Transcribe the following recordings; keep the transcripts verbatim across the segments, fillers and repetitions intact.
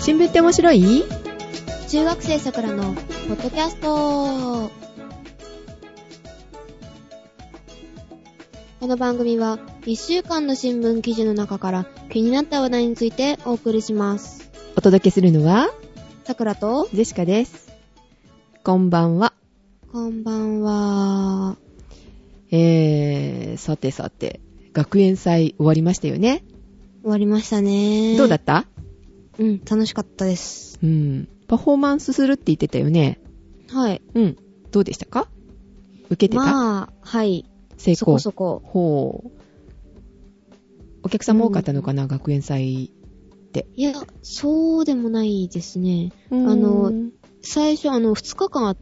新聞って面白い？ 中学生さくらのポッドキャスト。この番組はいっしゅうかんの新聞記事の中から気になった話題についてお送りします。 お届けするのはさくらとジェシカです。こんばんは。 こんばんは。 えー、さてさて学園祭終わりましたよね。 終わりましたね。 どうだった？ うん、楽しかったです。 うん、パフォーマンスするって言ってたよね。 はい。 うん、どうでしたか？受けてた？ まあ、はい。 成功。 そこそこ。 ほう。お客さんも多かったのかな、うん、学園祭って。 いや、そうでもないですね。あの、最初あのふつかかんあって、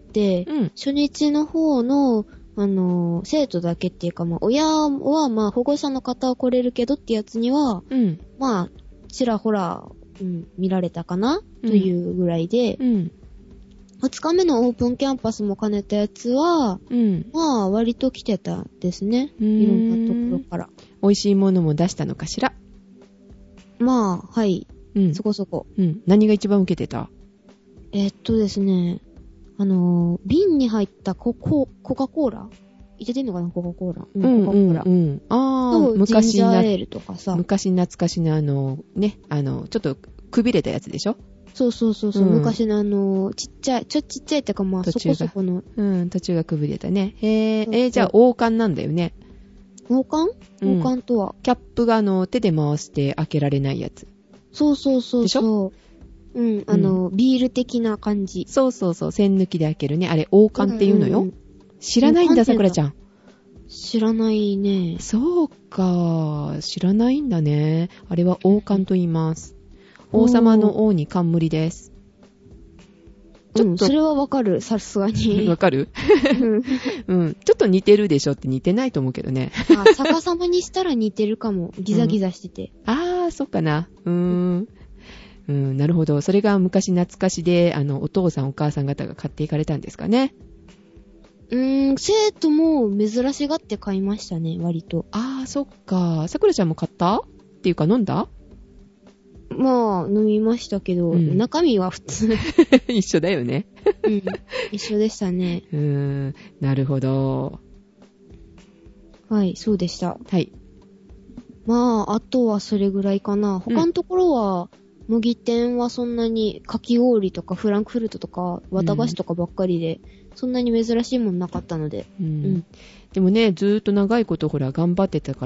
うん、初日の方のあの生徒だけっていうか、まあ親はまあ保護者の方は来れるけどってやつには、うん、まあちらほら、うん、見られたかな、うん、というぐらいで、うん、ふつかめのオープンキャンパスも兼ねたやつは、うん、まあ割と来てたですね。いろんなところから。 美味しいものも出したのかしら。 まあはい、うん、そこそこ、 うん。何が一番受けてた？ えー、っとですね、あのー、瓶に入ったココ、コカ・コーラいけてんのかな、コカ・コーラ。うん、コカ・コーラ。うんうん、 ああ、昔ジンジャーエールとかさ。 昔懐かしのあの、ね、あの、ちょっとくびれたやつでしょ？ そうそうそうそう、うん、昔のあの、ちっちゃい、ちょっちっちゃいってかまあ、そこそこの。 うん、途中がくびれたね。へー、えー、じゃあ王冠なんだよね。 王冠？王冠とは、 うん、キャップがあの、手で回して開けられないやつ。 そうそうそうそう。でしょ？うん、あの、うん、ビール的な感じ。 そうそうそう、栓抜きで開けるね。あれ、王冠って言うのよ。うんうん、知らないんだ、さくらちゃん。 知らないね。 そうか、知らないんだね。あれは王冠と言います。王様の王に冠です。 ちょっと、うん、それはわかる、さすがに。 わかる？うん。ちょっと似てるでしょって似てないと思うけどね。 あ、逆さまにしたら似てるかも。ギザギザしてて。 うん、あー、そっかな。うーん。うん、なるほど。それが昔懐かしで、あの、お父さんお母さん方が買っていかれたんですかね。 うーん、生徒も珍しがって買いましたね、割と。 あー、そっか。さくらちゃんも買ったっていうか飲んだ？ まあ、飲みましたけど、うん、中身は普通。 一緒だよね。 うん、一緒でしたね。 うーん、なるほど。 はい、そうでした。 はい。 まあ、あとはそれぐらいかな。他のところは、うん、麦店はそんなにかき氷とかフランクフルトとか綿菓子とかばっかりで、うん、そんなに珍しいもんなかったので、 うんうん、でもね、ずーっと長いことほら頑張ってたから、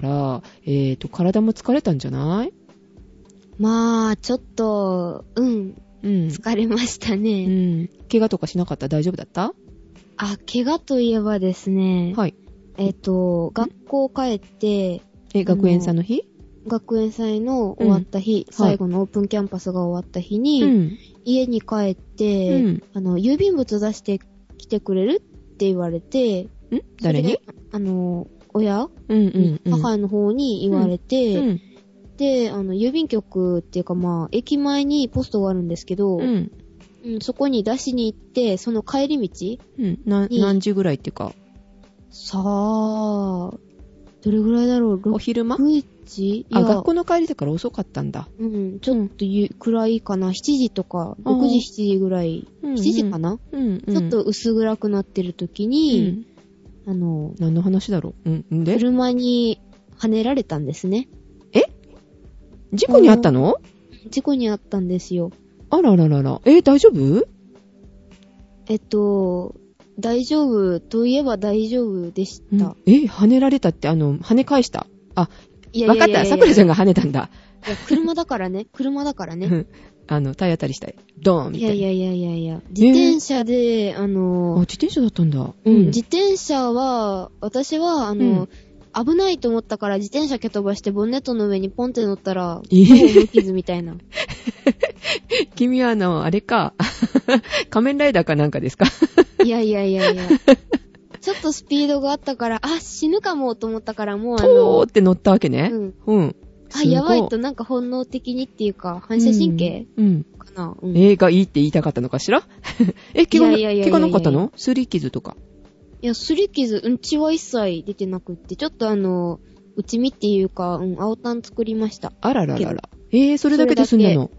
えーと体も疲れたんじゃない？ まあちょっとうん、うん、疲れましたね。 うん。怪我とかしなかった？大丈夫だった？ あ、怪我といえばですね。はい。えっと学校帰って、 え学園祭の日？ 学園祭の終わった日、うん、最後のオープンキャンパスが終わった日に、うん、家に帰って、うん、あの、郵便物出してきてくれるって言われて、ん？ 誰に？ あの、親、うんうんうん、母の方に言われて、うんうん、で、あの、郵便局っていうかまあ、駅前にポストがあるんですけど、うんうん、そこに出しに行って、その帰り道、 うん、な何時ぐらいっていうか。 さあ、どれぐらいだろう？ お昼間？ ろくじ？ あ、学校の帰りだから遅かったんだ。 うん、ちょっとゆ、暗いかな。しちじとか、ろくじ、しちじぐらい。しちじかな、うんうん、ちょっと薄暗くなってる時に、うん、あの、 何の話だろう、うん、で車に跳ねられたんですね。 え？事故にあったの？ 事故にあったんですよ。 あらららら。え、大丈夫？ えっと、大丈夫といえば大丈夫でした。うん、 え、跳ねられたって、あの、跳ね返した？あ、いやいやいやいや、わかった。さくらちゃんが跳ねたんだ。 いや、車だからね。車だからね。 あの、体当たりしたい。ドーンみたいな。 いやいやいやいやいや。自転車で、えー、あのー、あ、自転車だったんだ。 うん。自転車は、私は、あの、うん、危ないと思ったから自転車蹴飛ばしてボンネットの上にポンって乗ったら、えー、無傷みたいな。 君はあの、あれか。仮面ライダーかなんかですか？ いやいやいやいや。ちょっとスピードがあったから、あ、死ぬかもと思ったからもうあの。 トーって乗ったわけね。うん。うん。 あ、やばいとなんか本能的にっていうか、反射神経、うん、かな。 うん。えー、がいいって言いたかったのかしら？え、怪我、怪我なかったの？すり傷とか。 いや、すり傷、うんちは一切出てなくって、ちょっとあの、内身っていうか、うん、青タン作りました。 あらららら。えー、それだけで済んだの？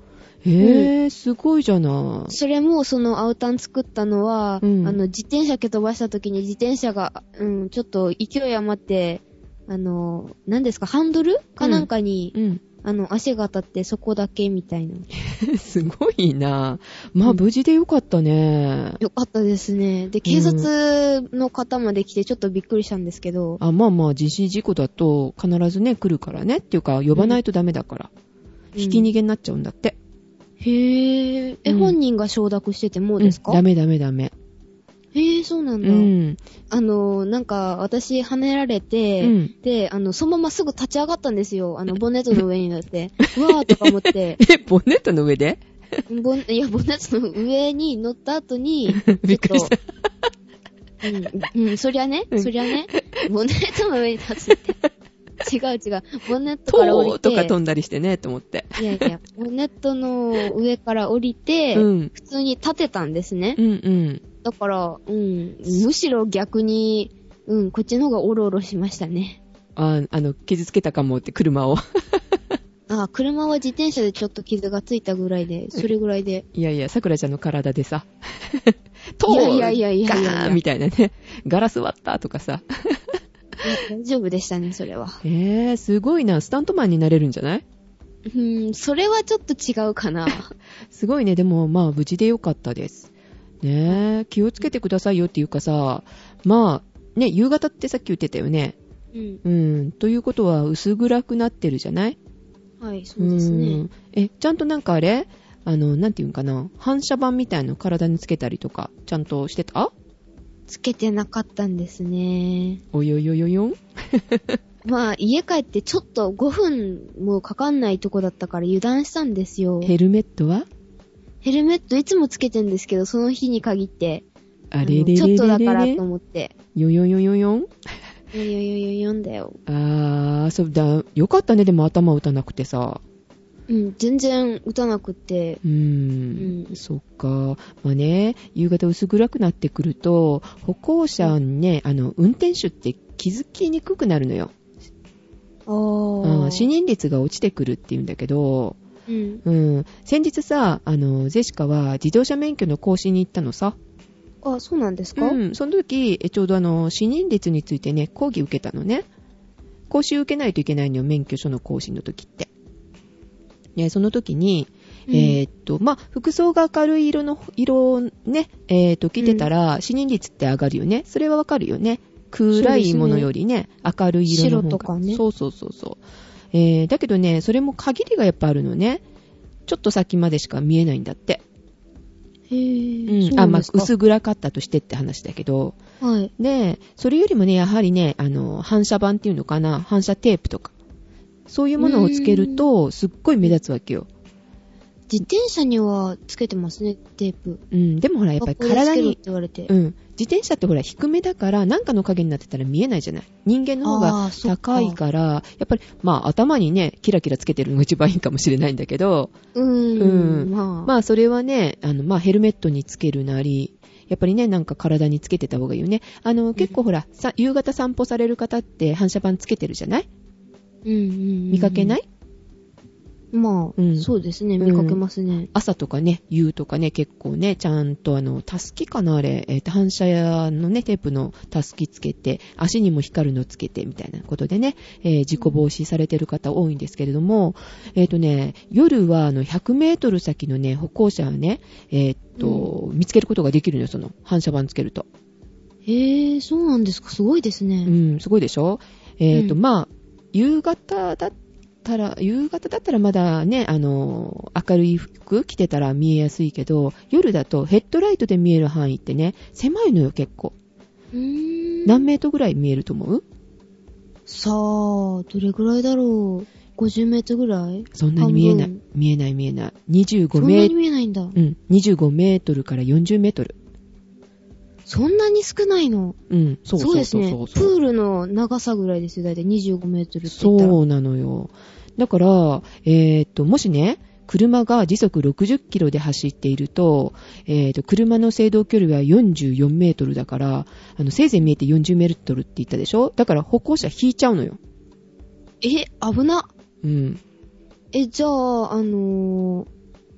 へぇ、うん、すごいじゃない。 それもそのアウタン作ったのは、うん、あの、自転車蹴飛ばした時に自転車が、うん、ちょっと勢い余って、あの、何ですか、ハンドルかなんかに、うんうん、あの、足が当たってそこだけみたいな。 すごいな。まあ、無事でよかったね、 うん。よかったですね。で、警察の方まで来てちょっとびっくりしたんですけど。 うん、あ、まあまあ、人身事故だと必ずね、来るからね。っていうか、呼ばないとダメだから。うん、ひき逃げになっちゃうんだって。 へぇー。え、うん、本人が承諾しててもですか？ うん、ダメダメダメ。 へぇー、そうなんだ。うん。あの、なんか、私、跳ねられて、うん、で、あの、そのまますぐ立ち上がったんですよ。あの、ボンネットの上に乗って。うわーとか思って。 え、ボンネットの上でボン、いや、ボンネットの上に乗った後に、 びっくりした。 うん、うん、そりゃね、そりゃね、ボンネットの上に立つって。違う違う。ボンネットから降りて。 とか飛んだりしてね、と思って。 いやいや、ボンネットの上から降りて、うん、普通に立てたんですね。 うんうん。 だから、うん、むしろ逆に、うん、こっちの方がオロオロしましたね。 あ、あの、傷つけたかもって車を。 あ、車は自転車でちょっと傷がついたぐらいで、それぐらいで。 いやいや、桜ちゃんの体でさ、トーいやいやいやいやいやガーンみたいなね、ガラス割ったとかさ。 大丈夫でしたね、それは。 えー、すごいな。スタントマンになれるんじゃない？ うーん、それはちょっと違うかな。 すごいね。でも、まあ、無事でよかったです。ねえ、気をつけてくださいよっていうかさ、まあ、ね、夕方ってさっき言ってたよね。うん。うん。ということは、薄暗くなってるじゃない？ はい、そうですね。うん。 え、ちゃんとなんかあれ？あの、なんていうんかな。反射板みたいの体につけたりとか、ちゃんとしてた？ つけてなかったんですね。 およよよよんまあ、家帰ってちょっとごふんもかかんないとこだったから油断したんですよ。 ヘルメットは？ ヘルメットいつもつけてんですけど、その日に限って。 あれれれれれれ。 ちょっとだからと思って。 よよよよよんよよよよよよんだよ。 あー、そうだ。よかったね、でも頭打たなくてさ。 うん、全然打たなくて。 うーん、うん、そっか。まあね、夕方薄暗くなってくると、歩行者にね、あの、運転手って気づきにくくなるのよ。 あー。 死人率が落ちてくるって言うんだけど、うん。うん。先日さ、あの、ゼシカは自動車免許の更新に行ったのさ。 あ、そうなんですか？ うん。その時、ちょうどあの、死人率についてね、講義受けたのね。講習受けないといけないのよ、免許証の更新の時って。ね、その時に、うん、えー、っと、まあ、服装が明るい色の、色をね、えー、っと、着てたら、死人率って上がるよね。それはわかるよね。暗いものよりね、明るい色の方が。 白とかね。 そうそうそうそう。えー、だけどね、それも限りがやっぱあるのね。ちょっと先までしか見えないんだって。 へー。 うん。あ、まあ、薄暗かったとしてって話だけど。 はい。 で、それよりもね、やはりね、あの、反射板っていうのかな、反射テープとか。そういうものをつけると、すっごい目立つわけよ。 自転車にはつけてますね、テープ。 うん、でもほら、やっぱり体に、 って言われて。 うん。自転車ってほら、低めだから、なんかの影になってたら見えないじゃない。人間の方が高いから、やっぱり、まあ、頭にね、キラキラつけてるのが一番いいかもしれないんだけど、 うーん、うん、まあ。 まあ、それはね、あの、まあ、ヘルメットにつけるなり、やっぱりね、なんか体につけてた方がいいよね。あの、結構ほら、さ夕方散歩される方って反射板つけてるじゃない？ うんうんうん、 見かけない？ まあ、うん、そうですね、見かけますね、うん。 朝とかね、夕とかね、結構ね、ちゃんとあの、たすきかなあれ、えー、反射のね、テープのたすきつけて、足にも光るのつけて、みたいなことでね、えー、事故防止されてる方多いんですけれども、うん、えっとね、夜はあの、ひゃくメートル先のね、歩行者はね、えー、っと、うん、見つけることができるのよ、その、反射板つけると。 へー、そうなんですか、すごいですね。 うん、すごいでしょ？えー、っと、うん、まあ、夕方だったら、夕方だったらまだね、あの、明るい服着てたら見えやすいけど、夜だとヘッドライトで見える範囲ってね、狭いのよ、結構。 うーん。 何メートルぐらい見えると思う？ さあ、どれぐらいだろう。ごじゅうメートルぐらい？ そんなに見えない。見えない見えない。にじゅうごメートル。 そんなに見えないんだ。うん。にじゅうごメートルからよんじゅうメートル。 そんなに少ないの？ うん、そうそうそうそう。そうですね。 プールの長さぐらいですよ。だいたいにじゅうごメートルって言ったら。 そうなのよ。だから、えーっと、もしね、車が時速ろくじゅっキロで走っていると、えーっと、車の制動距離はよんじゅうよんメートルだから、あの、せいぜい見えてよんじゅうメートルって言ったでしょ？だから歩行者引いちゃうのよ。 え、危な。 うん。 え、じゃあ、あのー、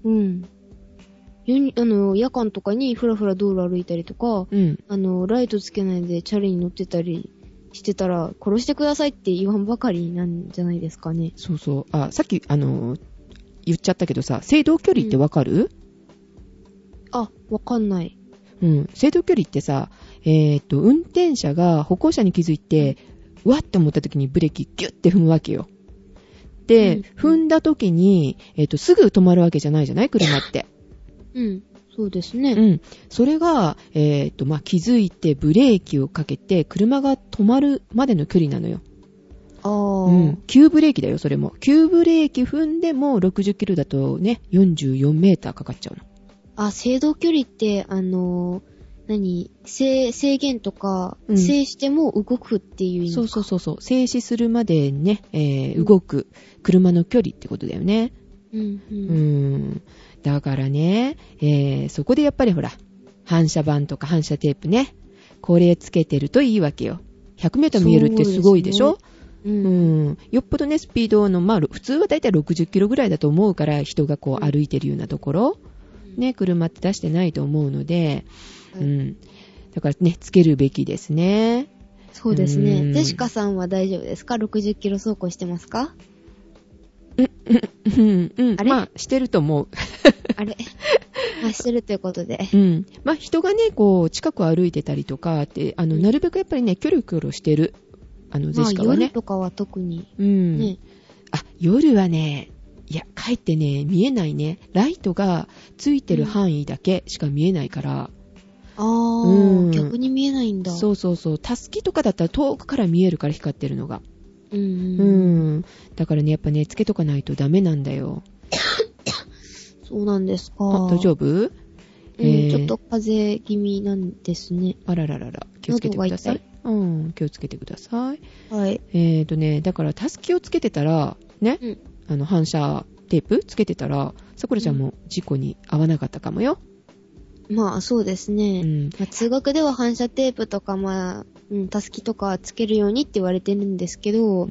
うん。あの、夜間とかにふらふら道路歩いたりとか、うん、あの、ライトつけないでチャリに乗ってたりしてたら、殺してくださいって言わんばかりなんじゃないですかね。 そうそう。あ、さっき、あの、言っちゃったけどさ、制動距離ってわかる？うん、 あ、わかんない。 うん。制動距離ってさ、えーっと、運転者が歩行者に気づいて、わって思った時にブレーキギュッて踏むわけよ。で、うん、踏んだ時に、えーっと、すぐ止まるわけじゃないじゃない？車って。 うん。そうですね。 うん。それが、えーっと、まあ、気づいてブレーキをかけて、車が止まるまでの距離なのよ。 ああ。 うん。急ブレーキだよ、それも。急ブレーキ踏んでもろくじゅっキロだとね、よんじゅうよんメーターかかっちゃうの。 あ、制動距離って、あのー、何制、制限とか、うん、制しても動くっていう意味か。 そうそうそうそう。静止するまでね、えー、動く車の距離ってことだよね。 うん、うん。うーん。だからね、えー、そこでやっぱりほら、反射板とか反射テープね、これつけてるといいわけよ。ひゃくメートル見えるってすごいでしょ？うん、うん。よっぽどね、スピードの、まあ、普通はだいたいろくじゅっキロぐらいだと思うから、人がこう歩いてるようなところ、うん、ね、車って出してないと思うので、うん。うん、だからね、つけるべきですね。 そうですね。デシカさんは大丈夫ですか？ ろくじゅっキロ走行してますか？ うん、うん、うん。あれ？まあ、してると思う。 あれまあ、してるということで。 うん。まあ、人がね、こう、近く歩いてたりとかって、あの、なるべくやっぱりね、キョロキョロしてる。あの、ゼシカはね。 まあ、夜とかは特に。 うん。ね。あ、夜はね、いや、かえってね、見えないね。ライトがついてる範囲だけしか見えないから。 うん、あー、うん、逆に見えないんだ。 そうそうそう。たすきとかだったら遠くから見えるから光ってるのが。 うん、うん。 うん。だからね、やっぱね、つけとかないとダメなんだよ。 そうなんですか。 あ、大丈夫？うん、 えー、ちょっと風邪気味なんですね。 あらららら。気をつけてください。うん、気をつけてください。 はい。 えーとね、だからたすきをつけてたら、ね、うん、あの、反射テープつけてたら、さくらちゃんも事故に遭わなかったかもよ。 うん、まあ、そうですね。うん、まあ、通学では反射テープとか、まあ、うん、たすきとかつけるようにって言われてるんですけど、うん、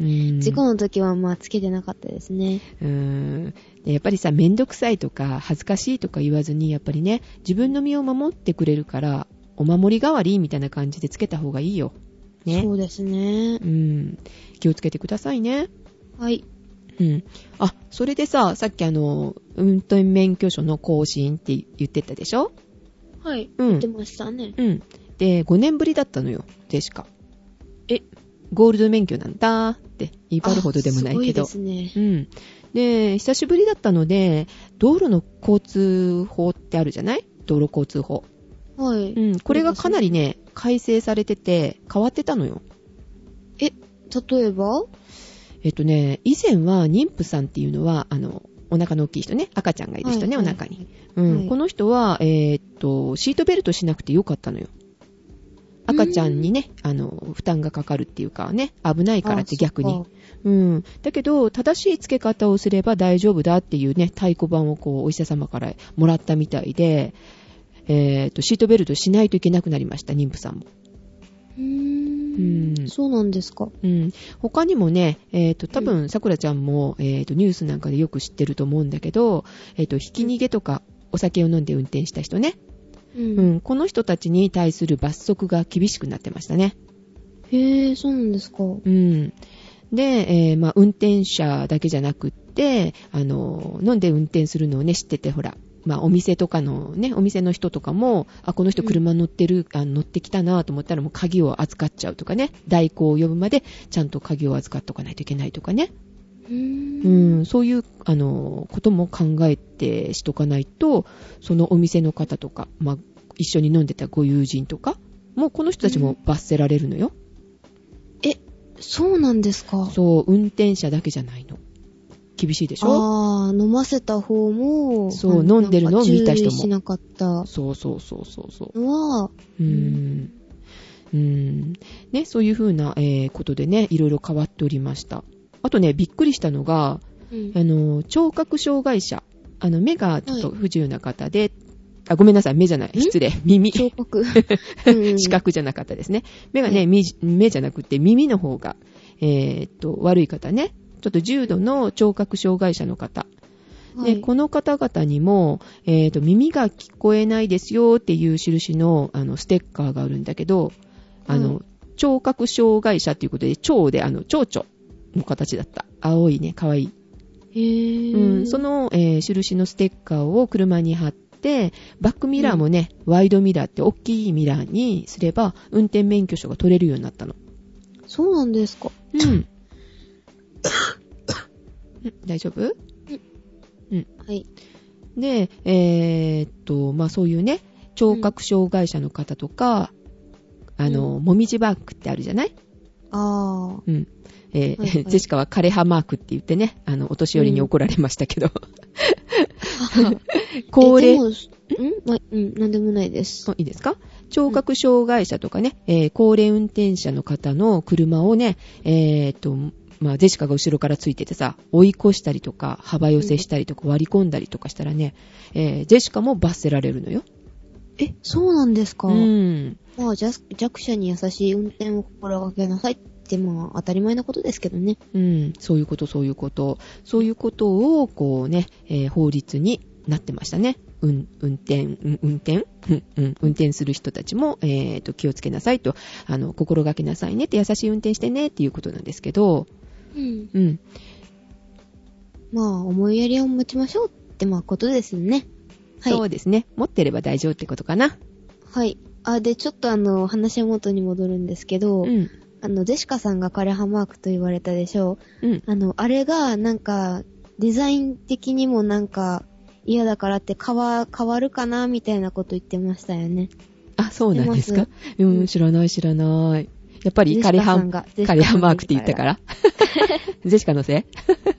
事故の時はまあつけてなかったですね。 うーん。やっぱりさ、めんどくさいとか恥ずかしいとか言わずに、やっぱりね、自分の身を守ってくれるから、お守り代わりみたいな感じでつけた方がいいよ。ね。 そうですね。 うん。気をつけてくださいね。 はい。 うん。あ、それでさ、さっきあの、運転免許証の更新って言ってたでしょ？ はい。うん。言ってましたね。 うん。で、ごねんぶりだったのよ、ジェシカ。え、ゴールド免許なんだって言い張るほどでもないけど。 すごいですね。 うん。で、久しぶりだったので、道路の交通法ってあるじゃない？道路交通法。 はい。 うん。これがかなりね、改正されてて、変わってたのよ。 え、例えば？ えっとね、以前は妊婦さんっていうのは、あの、お腹の大きい人ね、赤ちゃんがいる人ね、はいはい、お腹に。うん、はい。この人は、えー、っと、シートベルトしなくてよかったのよ。赤ちゃんにね、あの、負担がかかるっていうかね、危ないからって逆に。うん。だけど、正しい付け方をすれば大丈夫だっていうね、太鼓判をこう、お医者様からもらったみたいで、えー、っと、シートベルトしないといけなくなりました、妊婦さんも。 うーん。うん。そうなんですか。 うん。他にもね、えー、っと、多分、さくらちゃんも、えー、っと、ニュースなんかでよく知ってると思うんだけど、えー、っと、ひき逃げとか、お酒を飲んで運転した人ね。うんうん、この人たちに対する罰則が厳しくなってましたね。 へー、そうなんですか。 うん。で、えー、まあ、運転者だけじゃなくって、あの、飲んで運転するのをね、知ってて、ほら、まあ、お店とかのね、お店の人とかも、あ、この人車乗ってる、うん、あ乗ってきたなと思ったらもう鍵を預かっちゃうとかね、代行を呼ぶまでちゃんと鍵を預かっとかないといけないとかね。 うーん、 うん、そういう、あの、ことも考えてしとかないと、そのお店の方とか、まあ、一緒に飲んでたご友人とか、もうこの人たちも罰せられるのよ。 え、そうなんですか？ そう、運転者だけじゃないの。厳しいでしょ？ あー、飲ませた方も、 そう、飲んでるのを見た人も。 注意しなかった。 そうそうそうそうそう。 は、 うーん。うーん。ね、そういう風な、えー、ことでね、いろいろ変わっておりました。あとね、びっくりしたのが、うん、あの、聴覚障害者、あの、目がちょっと不自由な方で、はい、あ、ごめんなさい、目じゃない。失礼。耳。 聴覚。 視覚じゃなかったですね。目がね、目、目じゃなくて耳の方が、えー、っと、悪い方ね。ちょっと重度の聴覚障害者の方。 はい、でこの方々にも、えーと、耳が聞こえないですよっていう印の、あのステッカーがあるんだけど、あの、はい、聴覚障害者ということで、蝶で、あの、蝶々の形だった。青いね、かわいい。 へー。 うん、その、えー、印のステッカーを車に貼って、バックミラーもね、うん、ワイドミラーって大きいミラーにすれば、運転免許証が取れるようになったの。 そうなんですか。 うん。大丈夫？うん。うん。 はい。 で、えー、っと、まあ、そういうね、聴覚障害者の方とか、うん、あの、もみじバッグってあるじゃない？ ああ。 うん。えーはいはい、ジェシカは枯葉マークって言ってね、あの、お年寄りに怒られましたけど。うん、高齢、ん？ ま、うん、なんでもないです。 いいですか？聴覚障害者とかね、うん、えー、高齢運転者の方の車をね、えー、っと、まあ、ジェシカが後ろからついててさ、追い越したりとか、幅寄せしたりとか、割り込んだりとかしたらね、えー、ジェシカも罰せられるのよ。 え、そうなんですか？ うん。 まあ、弱者に優しい運転を心がけなさいって、まあ、当たり前のことですけどね。 うん、そういうこと、そういうこと。そういうことを、こうね、えー、法律になってましたね。うん、運転、うん、運転、うんうん、運転する人たちも、えーと、気をつけなさいと、あの、心がけなさいねって、優しい運転してねっていうことなんですけど、 うん。 うん。 まあ、思いやりを持ちましょうって、まあ、ことですね。 はい。そうですね。持ってれば大丈夫ってことかな。 はい。あ、で、ちょっとあの、話元に戻るんですけど、うん。あの、ジェシカさんが枯葉マークと言われたでしょう。うん。あの、あれが、なんか、デザイン的にもなんか、嫌だからって変わ、変わるかなみたいなこと言ってましたよね。 あ、そうなんですか？うん、知らない知らない。やっぱり枯葉、枯葉マークって言ったからジェシカのせい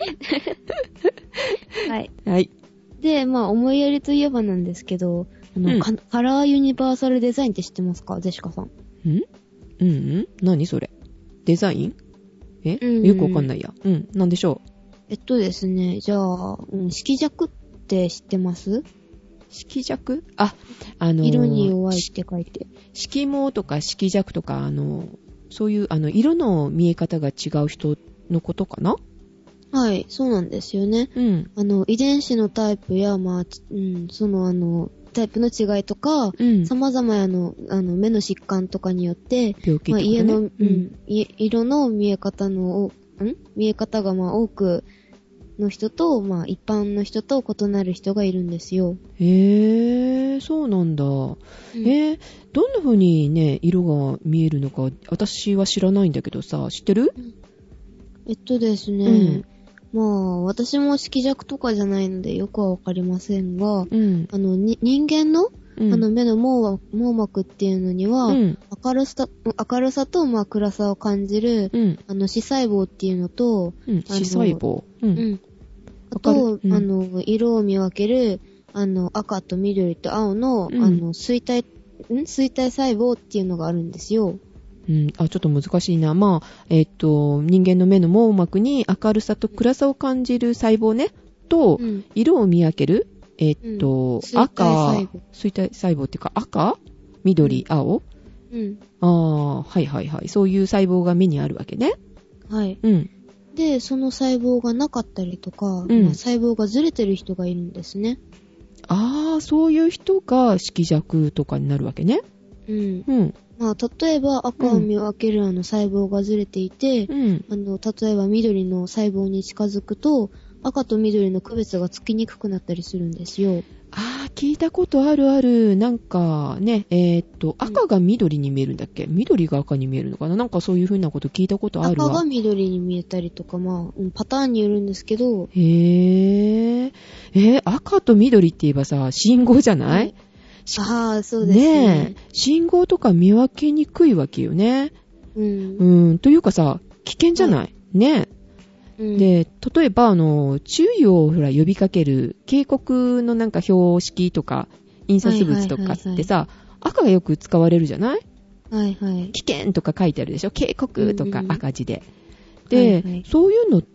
はい。 はい。 で、まあ、思いやりといえばなんですけど、あの、うん、カラーユニバーサルデザインって知ってますか？ジェシカさん。ん？ うんうん。何それ？デザイン？え、うん、よくわかんないや。うん。なんでしょう？ えっとですね、じゃあ、うん、色弱って知ってます？ 色弱？あ、あのー、 色に弱いって書いて。 色毛とか色弱とか、あのー、そういう、あの、色の見え方が違う人のことかな？ はい、そうなんですよね。うん。あの、遺伝子のタイプや、まあ、うん、その、あの、タイプの違いとか、うん、様々なあの、あの、目の疾患とかによって、 病気とかね、まあ、 家の、うん、うん、色の見え方の、ん見え方が、まあ、多くの人と、まあ、一般の人と異なる人がいるんですよ。 へー、そうなんだ。うん、えー、どんな風にね、色が見えるのか、私は知らないんだけどさ、知ってる？うん、 えっとですね、うんまあ、私も色弱とかじゃないのでよくはわかりませんが、うん、あの、に、人間の、うん、あの、目の網膜っていうのには、うん、明るさ、明るさと、まあ、暗さを感じる、うん、あの、視細胞っていうのと、 うん、視細胞、 うん。うん。あと、うん、あの、色を見分ける、あの、赤と緑と青の、うん、あの、水体、ん水体細胞っていうのがあるんですよ。 うん、あ、ちょっと難しいな。まあ、えっと、人間の目の網膜に明るさと暗さを感じる細胞ね、と、うん、色を見分ける、えっと、うん、赤、水体細胞っていうか赤緑、うん、青うん。ああ、はいはいはい。そういう細胞が目にあるわけね。 はい。うん。で、その細胞がなかったりとか、うんまあ、細胞がずれてる人がいるんですね。 ああ、そういう人が色弱とかになるわけね。 うん。うん。まあ、例えば赤を見分けるあの細胞がずれていて、うん、あの、例えば緑の細胞に近づくと、赤と緑の区別がつきにくくなったりするんですよ。 ああ、聞いたことあるある。なんかね、えー、っと、赤が緑に見えるんだっけ？緑が赤に見えるのかな？なんかそういう風なこと聞いたことあるわ。 赤が緑に見えたりとか、まあ、パターンによるんですけど。 へー。えー、赤と緑って言えばさ、信号じゃない？はいああ、そうですね。ねえ。信号とか見分けにくいわけよね。うん。うん。というかさ、危険じゃない、はい、ねえ、うん。で、例えば、あの、注意をほら呼びかける警告のなんか標識とか、印刷物とかってさ、はいはいはいはい、赤がよく使われるじゃない？ はいはい。 危険とか書いてあるでしょ？警告とか赤字で。うんうん、で、はいはい、そういうのって、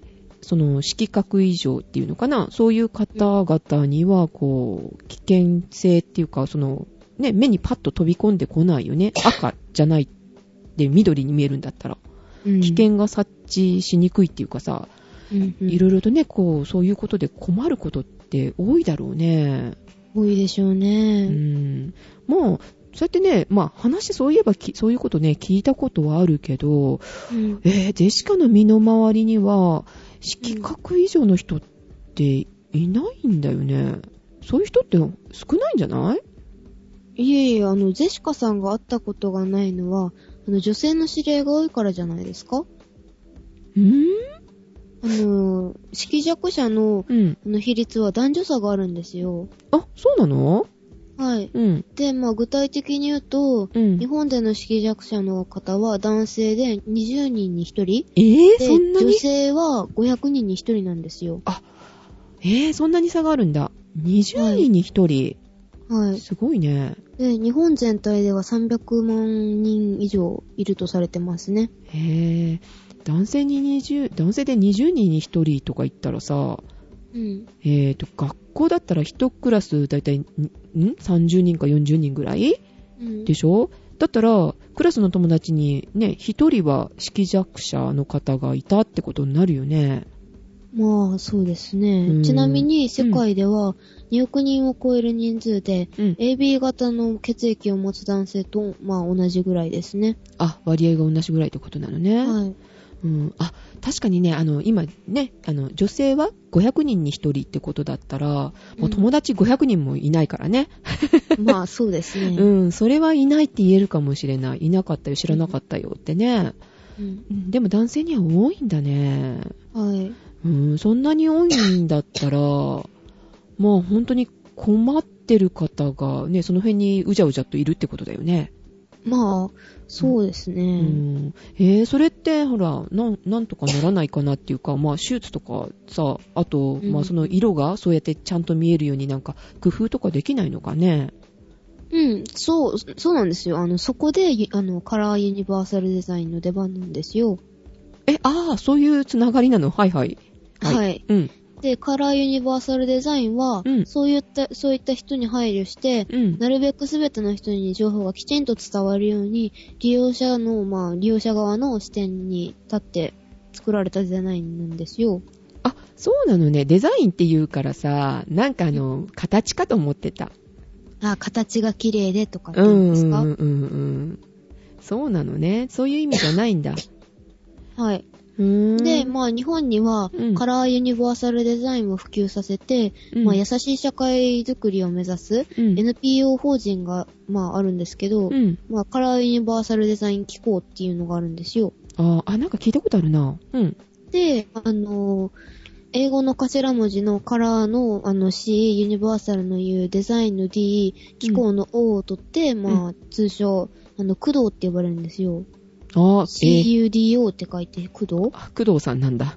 その色覚異常っていうのかな、そういう方々にはこう危険性っていうか、そのね、目にパッと飛び込んでこないよね。赤じゃないで緑に見えるんだったら、うん、危険が察知しにくいっていうかさ、 うんうん、 いろいろとね、こう、そういうことで困ることって多いだろうね。 多いでしょうね。 うん。もう、そうやってね、まあ話そういえばそういうことね、聞いたことはあるけど、うん、えー、ジェシカの身の回りには、色覚以上の人っていないんだよね。うん、そういう人って少ないんじゃない？ いえいえ、あの、ジェシカさんが会ったことがないのは、あの、女性の知り合いが多いからじゃないですか？ んーあの、色弱者の、うん、あの比率は男女差があるんですよ。 あ、そうなの？ はい。 うん、 で、まあ具体的に言うと、うん、日本での色弱者の方は男性でにじゅうにんにひとり。 えー、 でそんなに？ 女性はごひゃくにんにひとりなんですよ。 あ、えー、そんなに差があるんだ。にじゅうにんにひとり。 はい。 すごいね。 で、日本全体ではさんびゃくまんにん以上いるとされてますね。 へー。男性に20、男性でにじゅうにんにひとりとか言ったらさ、 うん、 えーと、学校だったらいちクラスだいたいんさんじゅうにんかよんじゅうにんぐらい、うん、でしょ？だったらクラスの友達にね、ひとりは色弱者の方がいたってことになるよね。 まあそうですね、うん、ちなみに世界ではにおくにんを超える人数で、うん、エービー 型の血液を持つ男性とまあ同じぐらいですね。 あ、割合が同じぐらいってことなのね。 はい。 うん、あ、確かにね、あの、今ね、あの、女性はごひゃくにんにひとりってことだったら、もう友達ごひゃくにんもいないからね。 まあ、そうですね。 うん、それはいないって言えるかもしれない。いなかったよ、知らなかったよってね。うん、でも男性には多いんだね。 はい。 うん、そんなに多いんだったら、まあ本当に困ってる方がね、その辺にうじゃうじゃといるってことだよね。 まあ、そうですね。 うん、えー、それってほらな、なんとかならないかなっていうか、まあ手術とかさ、あと、うん、まあその色がそうやってちゃんと見えるようになんか工夫とかできないのかね。 うん、そう、そうなんですよ。あの、そこで、あの、カラーユニバーサルデザインの出番なんですよ。 え、ああ、そういうつながりなの？はいはい。 はい。はい、 うん。 で、カラーユニバーサルデザインは、うん、そういった、そういった人に配慮して、うん、なるべくすべての人に情報がきちんと伝わるように、利用者の、まあ、利用者側の視点に立って作られたデザインなんですよ。 あ、そうなのね。デザインって言うからさ、なんかあの、うん、形かと思ってた。 あ、形が綺麗でとかって言うんですか？ うんうんうんうん。そうなのね。そういう意味じゃないんだ。 はい。で、まあ日本にはカラーユニバーサルデザインを普及させて、うん、まあ優しい社会づくりを目指す エヌピーオー 法人がまああるんですけど、うん、まあカラーユニバーサルデザイン機構っていうのがあるんですよ。 ああ、なんか聞いたことあるな。うん。 で、あのー、英語の頭文字のカラーのあの C、ユニバーサルの U、デザインの D、機構の O を取って、うん、まあ通称、あの、駆動って呼ばれるんですよ。 あ、 シーユーディーオー って書いて、駆動？ あ、駆動さんなんだ。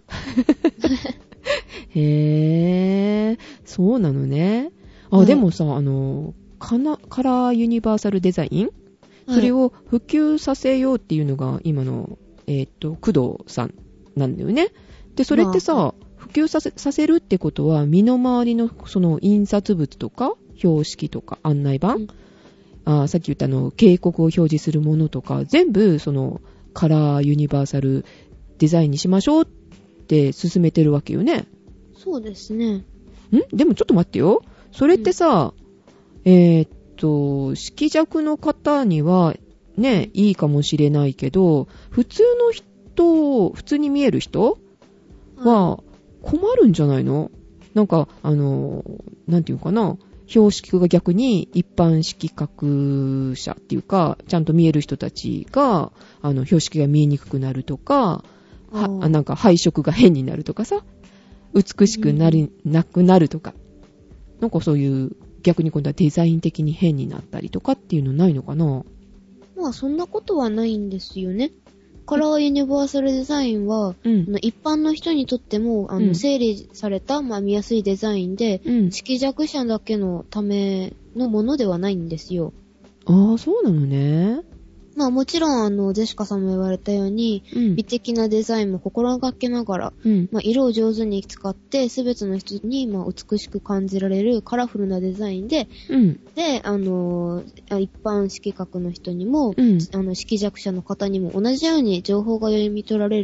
へー、そうなのね。あ、はい、でもさ、あの、カナ、カラーユニバーサルデザイン、はい、それを普及させようっていうのが今の、えー、っと、駆動さんなんだよね。で、それってさ、まあ、普及させ、させるってことは、身の回りのその印刷物とか、標識とか案内板、うん、あ、さっき言ったあの警告を表示するものとか全部そのカラーユニバーサルデザインにしましょうって進めてるわけよね。 そうですね。ん？ でもちょっと待ってよ。それってさ、うん、えー、っと色弱の方にはねいいかもしれないけど、普通の人、普通に見える人は困るんじゃないの？なんかあのなんていうかな。標識が逆に一般色覚者っていうか、ちゃんと見える人たちが、あの、標識が見えにくくなるとか、は、なんか配色が変になるとかさ、美しくなり、うん、なくなるとか、なんかそういう、逆に今度はデザイン的に変になったりとかっていうのないのかな？ まあそんなことはないんですよね。カラーユニバーサルデザインは、うん、一般の人にとってもあの、うん、整理された、まあ、見やすいデザインで、うん、色弱者だけのためのものではないんですよ。 ああ、そうなのね。 まあもちろんあのジェシカさんも言われたように、うん、美的なデザインも心がけながら、うん、まあ、色を上手に使って全ての人にまあ美しく感じられるカラフルなデザインで、うん、であの一般色覚の人にも、うん、あの色弱者の方にも同じように情報が読み取られる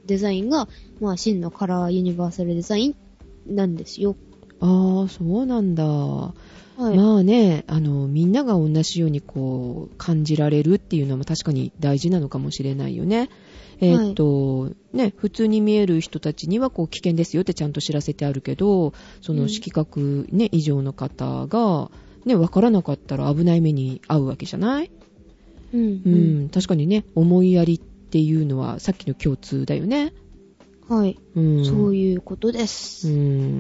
デザインが、まあ、真のカラーユニバーサルデザインなんですよ。 ああ、そうなんだ。はい、まあね、あの、みんなが同じようにこう、感じられるっていうのも確かに大事なのかもしれないよね。えー、っと、はい、ね、普通に見える人たちにはこう、危険ですよってちゃんと知らせてあるけど、その色覚ね、以上の方が、ね、わからなかったら危ない目に遭うわけじゃない？うん、うん。うん、確かにね、思いやりっていうのはさっきの共通だよね。 はい、うん。そういうことです。 うん。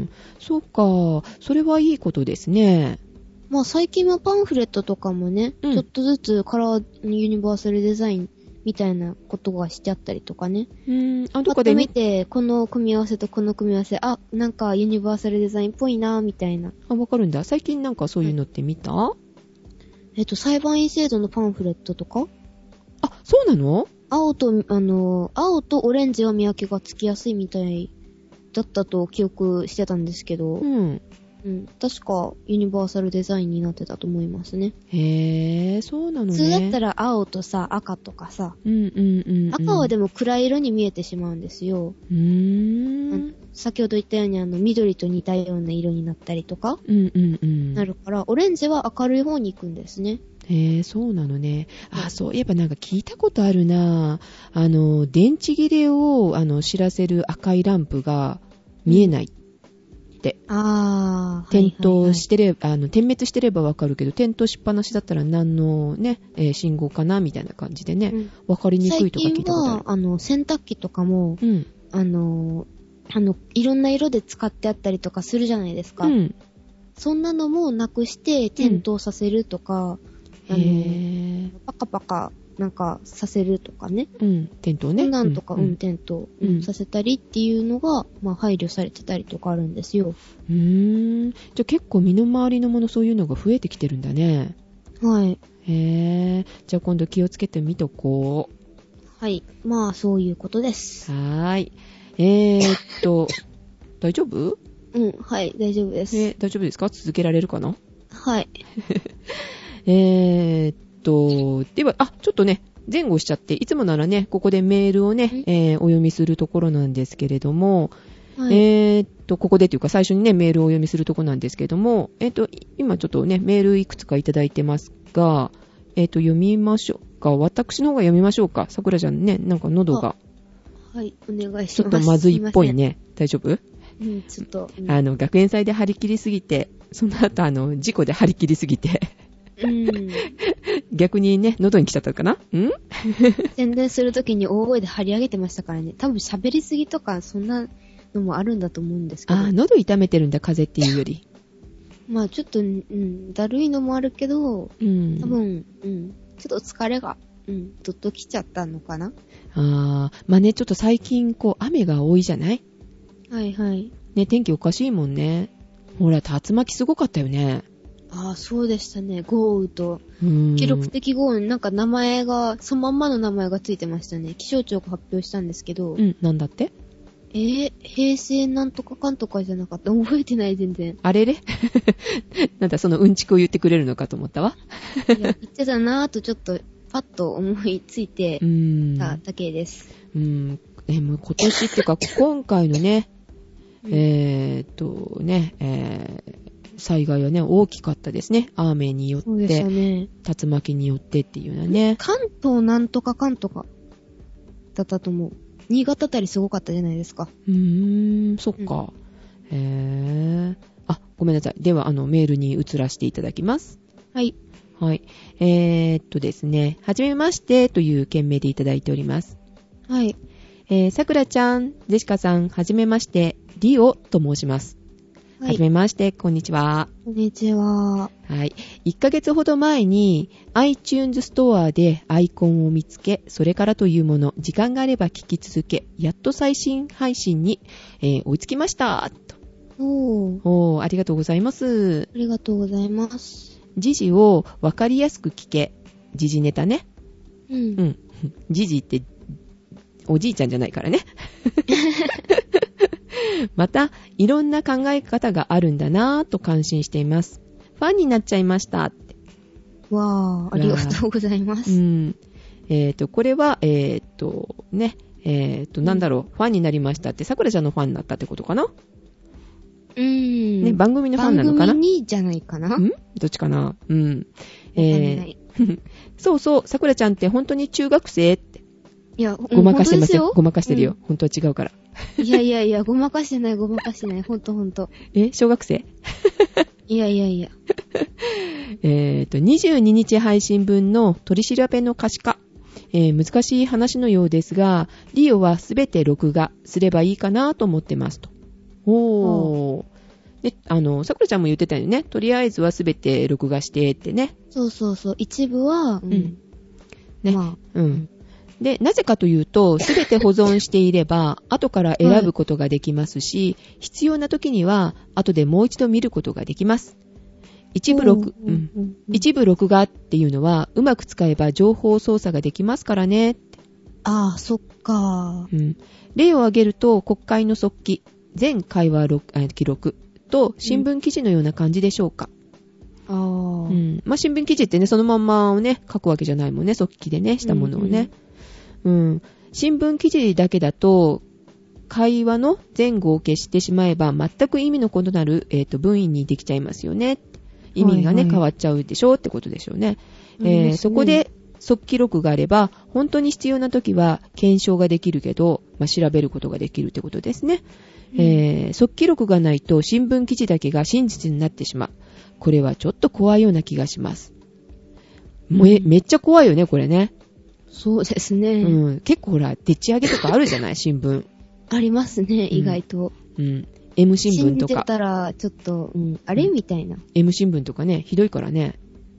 そうか。それはいいことですね。 まあ最近はパンフレットとかもね、うん、ちょっとずつカラーユニバーサルデザインみたいなことがしちゃったりとかね。 うん。あ、 どこで見て、この組み合わせとこの組み合わせ、あ、なんかユニバーサルデザインっぽいな、みたいな。 あ、わかるんだ。最近なんかそういうのって見た？はい、 えっと、裁判員制度のパンフレットとか？ あ、そうなの？ 青と、あの、青とオレンジは見分けがつきやすいみたいだったと記憶してたんですけど、うん。うん。確かユニバーサルデザインになってたと思いますね。 へー、そうなのね。 普通だったら青とさ、赤とかさ、 うんうんうん、うん。 赤はでも暗い色に見えてしまうんですよ。 うーん。 先ほど言ったようにあの、緑と似たような色になったりとか、 うんうんうん。 なるから、オレンジは明るい方に行くんですね。 へえ、そうなのね。あ、そういえばなんか聞いたことあるな。あの、電池切れを、あの、知らせる赤いランプが見えないって。 うん、ああ。 点灯してれば、はいはいはい、あの、点滅してればわかるけど、点灯しっぱなしだったら何のね、えー、信号かなみたいな感じでね、うん、わかりにくいとか聞いたことある。 最近は、あの、洗濯機とかも、うん、あの、あの、いろんな色で使ってあったりとかするじゃないですか。うん、そんなのもなくして点灯させるとか、うん、あの、パカパカなんかさせるとかね。 うん、点灯ね。 なんとか、うん、うん、点灯、うん、させたりっていうのが、まあ配慮されてたりとかあるんですよ。 うーん。じゃあ結構身の回りのものそういうのが増えてきてるんだね。 はい。 へー。じゃあ今度気をつけてみとこう。 はい。まあそういうことです。 はーい。えーっと、大丈夫？ うん、はい、大丈夫です。 えー、大丈夫ですか？続けられるかな？ はい。 えーっと、では、あ、ちょっとね、前後しちゃって、いつもならね、ここでメールをね、えー、お読みするところなんですけれども、はい、えーっと、ここでというか最初にね、メールをお読みするところなんですけれども、えーっと、今ちょっとね、メールいくつかいただいてますが、えーっと、読みましょうか。私の方が読みましょうか。さくらちゃんね、なんか喉が。 はい、お願いします。 ちょっとまずいっぽいね。大丈夫？ うん、ちょっと、うん、 あの、学園祭で張り切りすぎて、その後あの、事故で張り切りすぎて、うん、逆にね、喉に来ちゃったかな？ん宣伝するときに大声で張り上げてましたからね。多分喋りすぎとか、そんなのもあるんだと思うんですけど。 ああ、喉痛めてるんだ、風邪っていうより。 まあ、ちょっと、うん、だるいのもあるけど、うん、多分、うん、ちょっと疲れが、うん、どっと来ちゃったのかな。 ああ、まあね、ちょっと最近、こう、雨が多いじゃない？ はいはい。 ね、天気おかしいもんね。ほら、竜巻すごかったよね。 ああ、そうでしたね。豪雨と。記録的豪雨、なんか名前が、そのまんまの名前がついてましたね。気象庁が発表したんですけど。 うん、なんだって？ えー、平成なんとかかんとかじゃなかった。覚えてない、全然。 あれれなんだ、そのうんちくを言ってくれるのかと思ったわ。 いや、言ってたなぁとちょっと、パッと思いついてただけです。 うん。え、もう今年っていうか、今回のね、うん、えーっとね、えー、災害はね、大きかったですね。雨によって、そうでしたね、竜巻によってっていうのはね。 関東なんとかかんとかだったと思う。新潟あたりすごかったじゃないですか。 うーん、そっか。うん、へー。あ、ごめんなさい。では、あの、メールに移らせていただきます。 はい。 はい。えー、っとですね、はじめましてという件名でいただいております。 はい。 えー、さくらちゃん、ジェシカさん、はじめまして、リオと申します。はい、はじめまして、こんにちは。 こんにちは。 はい。いっかげつほど前に iTunes ストアでアイコンを見つけ、それからというもの、時間があれば聞き続け、やっと最新配信に、えー、追いつきました。と。 おー。 おー、ありがとうございます。 ありがとうございます。 時事をわかりやすく聞け。時事ネタね。 うん。うん。 時事っておじいちゃんじゃないからね。また、いろんな考え方があるんだなぁと感心しています。ファンになっちゃいましたって。 わー、ありがとうございます。 うん。えっと、これは、えっと、ね、 えーと、なんだろう、ファンになりましたって、さくらちゃんのファンになったってことかな？ うーん。 ね、番組のファンなのかな？ 番組にじゃないかな？ ん？どっちかな？うん。えー、そうそう、さくらちゃんって本当に中学生って。 いや、 ごまかしてません。 よごまかしてるよ。うん、本当は違うから。 いやいやいや、ごまかしてない、ごまかしてない。ほんとほんと。 え、小学生？ いやいやいや。 えっと、にじゅうににち配信分の取り調べの可視化。えー、難しい話のようですが、リオはすべて録画すればいいかなと思ってますと。おー。で、あの、さくらちゃんも言ってたよね。とりあえずはすべて録画してってね。 そうそうそう。一部は、うん。うん、 ね。まあ、うん。で、なぜかというと、すべて保存していれば、後から選ぶことができますし、はい、必要な時には、後でもう一度見ることができます。一部録、うんうんうん、一部録画っていうのは、うまく使えば情報操作ができますからね。 ああ、そっか、 うん。例を挙げると、国会の速記、全会話録記録と新聞記事のような感じでしょうか。 うん、ああ。 うん。まあ、新聞記事ってね、そのまんまをね、書くわけじゃないもんね、速記でね、したものをね。うん、うんうん。新聞記事だけだと、会話の前後を消してしまえば、全く意味の異なる、えっと、文意にできちゃいますよね。意味がね、はいはい、変わっちゃうでしょうってことでしょうね。うん、えーね、そこで速記録があれば、本当に必要な時は検証ができるけど、まあ、調べることができるってことですね。うん、えー、速記録がないと新聞記事だけが真実になってしまう。これはちょっと怖いような気がします。うん、め, めっちゃ怖いよね、これね。 そうですね。 うん、結構ほら、でっち上げとかあるじゃない新聞。 ありますね、意外と。 うん。うん、M 新聞とか。 信じてたら、ちょっと、うん、あれ、うん、みたいな。 M 新聞とかね、ひどいからね。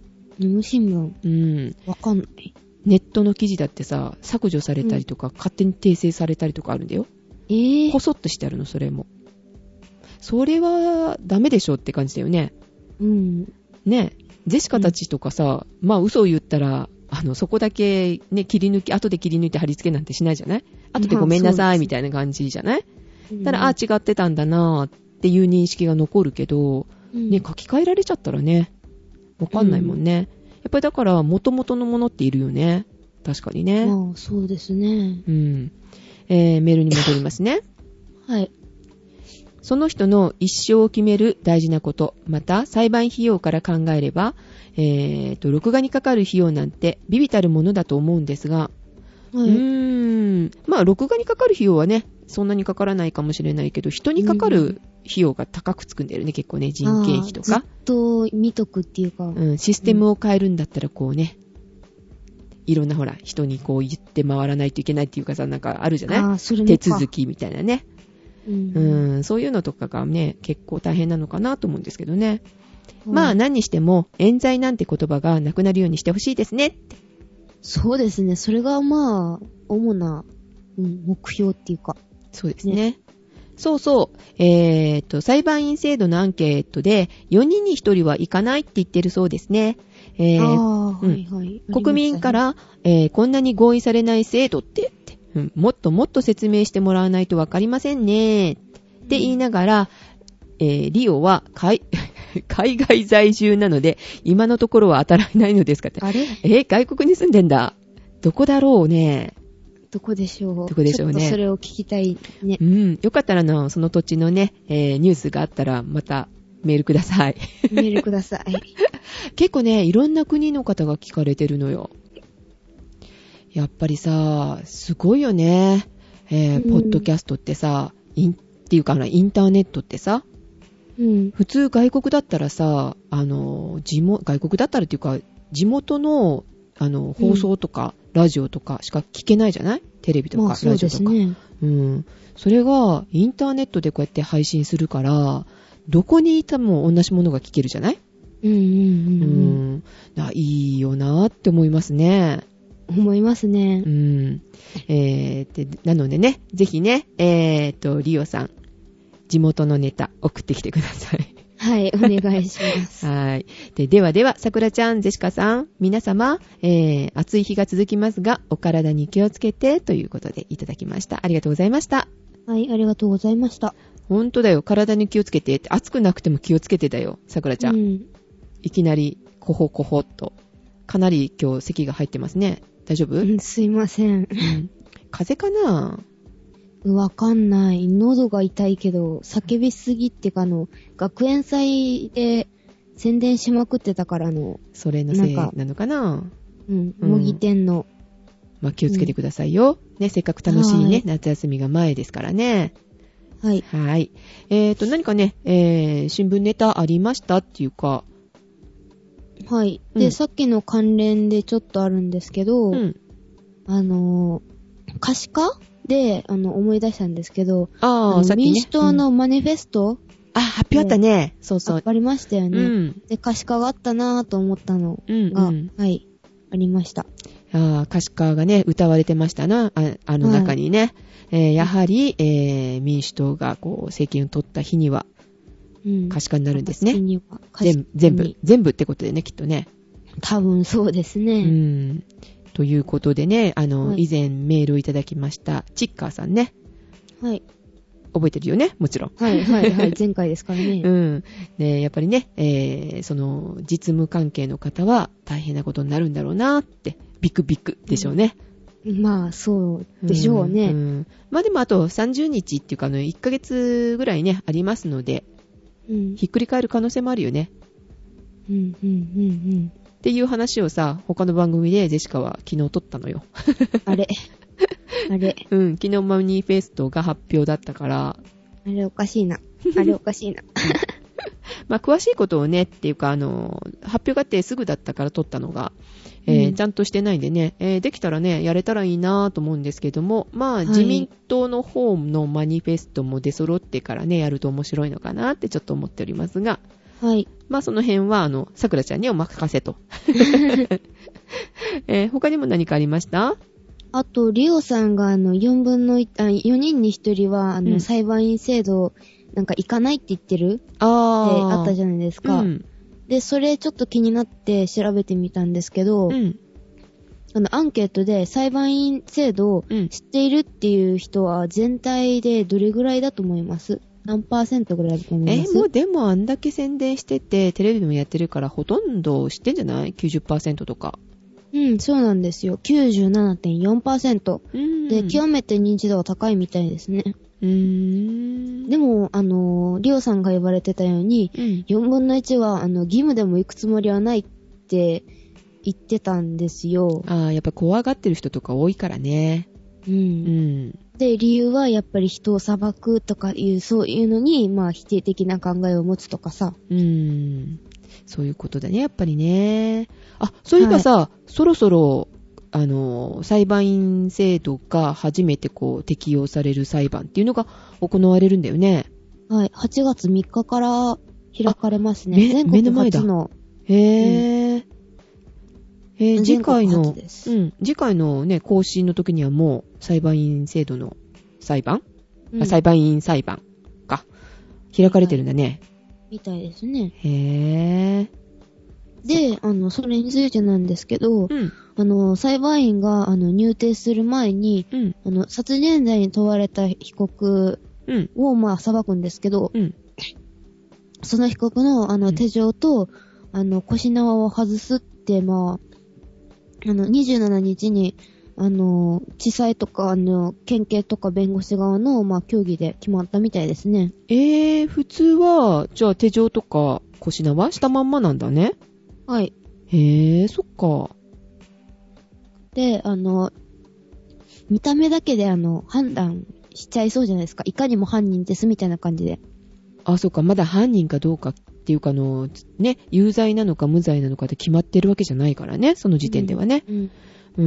M 新聞うん。 わかんない。 ネットの記事だってさ、削除されたりとか、うん、勝手に訂正されたりとかあるんだよ。 えぇ、ー、 こそっとしてあるの、それも。それは、ダメでしょって感じだよね。 うん。 ね、ジェシカたちとかさ、うん、まあ嘘を言ったら、あの、そこだけね、切り抜き、後で切り抜いて貼り付けなんてしないじゃない？後でごめんなさい、みたいな感じじゃない？ただ、あ、違ってたんだなーっていう認識が残るけど、うん、ね、書き換えられちゃったらね、わかんないもんね。うん、やっぱりだから、元々のものっているよね。確かにね。 まあ、そうですね。 うん。えー、メールに戻りますね。 はい。 その人の一生を決める大事なこと、また裁判費用から考えれば、えーと、録画にかかる費用なんて微々たるものだと思うんですが、はい、うーん、まあ、録画にかかる費用はね、そんなにかからないかもしれないけど、人にかかる費用が高くつくんだよね、結構ね、人件費とか。 ずっと見とくっていうか。 うん、システムを変えるんだったらこうね、いろんなほら、人にこう言って回らないといけないっていうかさ、なんかあるじゃない？あ、それもか。手続きみたいなね。うん、うん、そういうのとかがね、結構大変なのかなと思うんですけどね。うん、まあ何にしても、冤罪なんて言葉がなくなるようにしてほしいですねって。 そうですね。それがまあ、主な、うん、目標っていうか。 そうですね。ね、そうそう。えーと、裁判員制度のアンケートで、よにんにひとりは行かないって言ってるそうですね。えー、あうん、はいはい。国民から、えー、こんなに合意されない制度って、ってうん、もっともっと説明してもらわないとわかりませんね。って言いながら、えー、リオは海、海外在住なので、今のところは当たらないのですかって。 あれえー、外国に住んでんだ。どこだろうね。 どこでしょう。 どこでしょうね。 ちょっとそれを聞きたいね。 うん。よかったらの、その土地のね、えー、ニュースがあったら、またメールください。 メールください。 結構ね、いろんな国の方が聞かれてるのよ。やっぱりさ、すごいよね。えー、うん、ポッドキャストってさ、インっていうかな、インターネットってさ、うん、普通外国だったらさ、あの、地元、外国だったらっていうか、地元の、あの、放送とか、うん、ラジオとかしか聞けないじゃない？テレビとか、まあ、ラジオとか。そうですね。うん。それが、インターネットでこうやって配信するから、どこにいても同じものが聞けるじゃない？ うんうんうん。うんあ、いいよなって思いますね。 思いますね。 うん。えー、で、なのでね、ぜひね、えーと、リオさん、地元のネタ送ってきてください。 はい、お願いします。 はい。で、ではでは、さくらちゃん、ジェシカさん、皆様、えー、暑い日が続きますが、お体に気をつけて、ということでいただきました。ありがとうございました。 はい、ありがとうございました。 ほんとだよ、体に気をつけてって、暑くなくても気をつけてだよ、さくらちゃん。うん、いきなり、こほこほっと。かなり今日咳が入ってますね。大丈夫？ うん、すいません。うん、 風邪かな？ わかんない。喉が痛いけど、叫びすぎってか、あの、学園祭で宣伝しまくってたからの。 それのせいなのかな？ うん、模擬店の。 まあ、気をつけてくださいよ。うん、ね、せっかく楽しいね、夏休みが前ですからね。 はい。 はい。えーと、何かね、えー、新聞ネタありましたっていうか。 はい。で、うん、さっきの関連でちょっとあるんですけど、うん、あのー、可視化で、あの、思い出したんですけど、 ああ、さっきね。 民主党のマニフェスト、うん、 あ、発表あったね。そうそう。 ありましたよね。 うん、 で、可視化があったなぁと思ったのが、うんうん、はい、ありました。 ああ、可視化がね、歌われてましたな。あ、あの中にね。はい、えー、やはり、えー、民主党がこう、政権を取った日には、うん、可視化になるんですね。全, 全部、全部ってことでね、きっとね。 多分そうですね。 うん。ということでね、あの、はい、以前メールをいただきました、チッカーさんね。 はい。 覚えてるよね、もちろん。 はいはいはい、前回ですからね。 うん。で、やっぱりね、えー、その、実務関係の方は大変なことになるんだろうなって、ビクビクでしょうね。 うん、まあ、そうでしょうね。 うんうん、まあでもあとさんじゅうにちっていうか、あの、いっかげつぐらいね、ありますので、うん、ひっくり返る可能性もあるよね。 うん、うん、うん、うん。 っていう話をさ、他の番組でジェシカは昨日撮ったのよ。 あれあれうん、昨日マニフェストが発表だったから。 あれおかしいな。あれおかしいな。 まあ、詳しいことをね、っていうか、あの、発表があってすぐだったから撮ったのが、えーうん、ちゃんとしてないんでね、えー、できたらね、やれたらいいなと思うんですけども、まあ、はい、自民党の方のマニフェストも出揃ってからね、やると面白いのかなってちょっと思っておりますが、 はい。 まあ、その辺は、あの、さくらちゃんにお任せと。えー、他にも何かありました？ あと、リオさんが、あの、よんぶんのいち、あ、よにんにひとりは、あの、うん、裁判員制度、なんか行かないって言ってるあってあったじゃないですか。うん、で、それちょっと気になって調べてみたんですけど、うん、あの、アンケートで裁判員制度を知っているっていう人は全体でどれぐらいだと思います？何パーセントぐらいだと思います？ えー、もうでもあんだけ宣伝してて、テレビでもやってるからほとんど知ってんじゃない？ きゅうじゅっパーセント とか。 うん、そうなんですよ。きゅうじゅうななてんよんパーセント。で、極めて認知度が高いみたいですね。 うーん。 でも、あの、リオさんが言われてたように、うん、よんぶんのいちは、あの、義務でも行くつもりはないって言ってたんですよ。 ああ、やっぱ怖がってる人とか多いからね。 うん。うん。で、理由はやっぱり人を裁くとかいう、そういうのに、まあ、否定的な考えを持つとかさ。 うーん。そういうことだね、やっぱりね。あ、そういえばさ、はい、そろそろ、あの、裁判員制度が初めてこう適用される裁判っていうのが行われるんだよね。 はい。はちがつみっかから開かれますね。全国初の。 へぇー。うん、えー、次回の、うん、次回のね、更新の時にはもう裁判員制度の裁判、うん、あ裁判員裁判か。開かれてるんだね。はいみたいですね。 へー。 で、あの、それについてなんですけど、うん、あの、裁判員が、あの、入廷する前に、うん、あの、殺人罪に問われた被告を、うん、まあ、裁くんですけど、うん、その被告の、あの、手錠と、あの、腰縄を外すって、まあ、あの、にじゅうしちにちに、あの、地裁とか、あの、県警とか弁護士側の、まあ、協議で決まったみたいですね。 えー、普通は、じゃあ手錠とか腰縄したまんまなんだね。 はい。 へー、そっか。 で、あの、見た目だけで、あの、判断しちゃいそうじゃないですか。いかにも犯人ですみたいな感じで。 あ、そっか。まだ犯人かどうかっていうか、あの、ね、有罪なのか無罪なのかって決まってるわけじゃないからね。その時点ではね。うん、うんうん、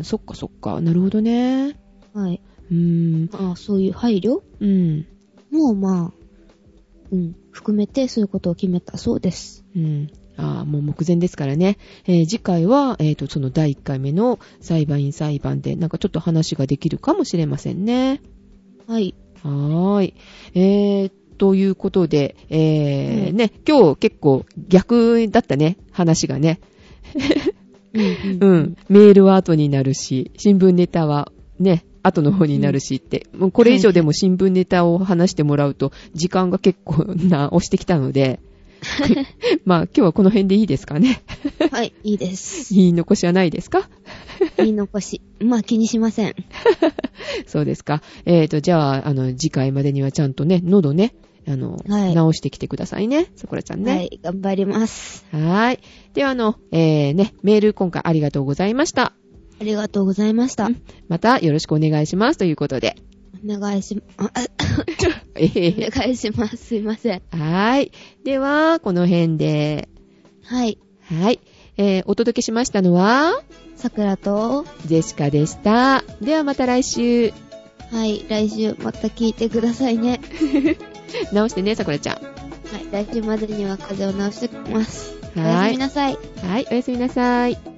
そっかそっか。なるほどね。 はい。 うーん。 まあ、そういう配慮うん。もう、まあ、うん、含めてそういうことを決めたそうです。 うん。ああ、もう目前ですからね。えー、次回は、えっと、そのだいいっかいめの裁判員裁判で、なんかちょっと話ができるかもしれませんね。 はい。 はーい。えー、ということで、えー、うん、ね、今日結構逆だったね、話がね。うん、うんうん、メールは後になるし、新聞ネタはね、後の方になるしって、うん、もうこれ以上でも新聞ネタを話してもらうと、時間が結構な、押してきたので、 まあ今日はこの辺でいいですかね。 はい、いいです。 言い残しはないですか？ 言い残し。まあ気にしません。 そうですか。えーと、じゃあ、あの、次回までにはちゃんとね、喉ね、あの、はい、直してきてくださいね。さくらちゃんね。 はい、頑張ります。 はい。では、あの、えーね、メール今回ありがとうございました。 ありがとうございました。 またよろしくお願いしますということで。 お願いしま、えー、お願いします。すいません。 はい。では、この辺で。 はい。 はい。えー、お届けしましたのは、 さくらと、 ジェシカでした。ではまた来週。 はい。来週また聞いてくださいね。 直してね、さくらちゃん。はい。来週までには風邪を直してきます。 はい。 おやすみなさい。 はい。おやすみなさい。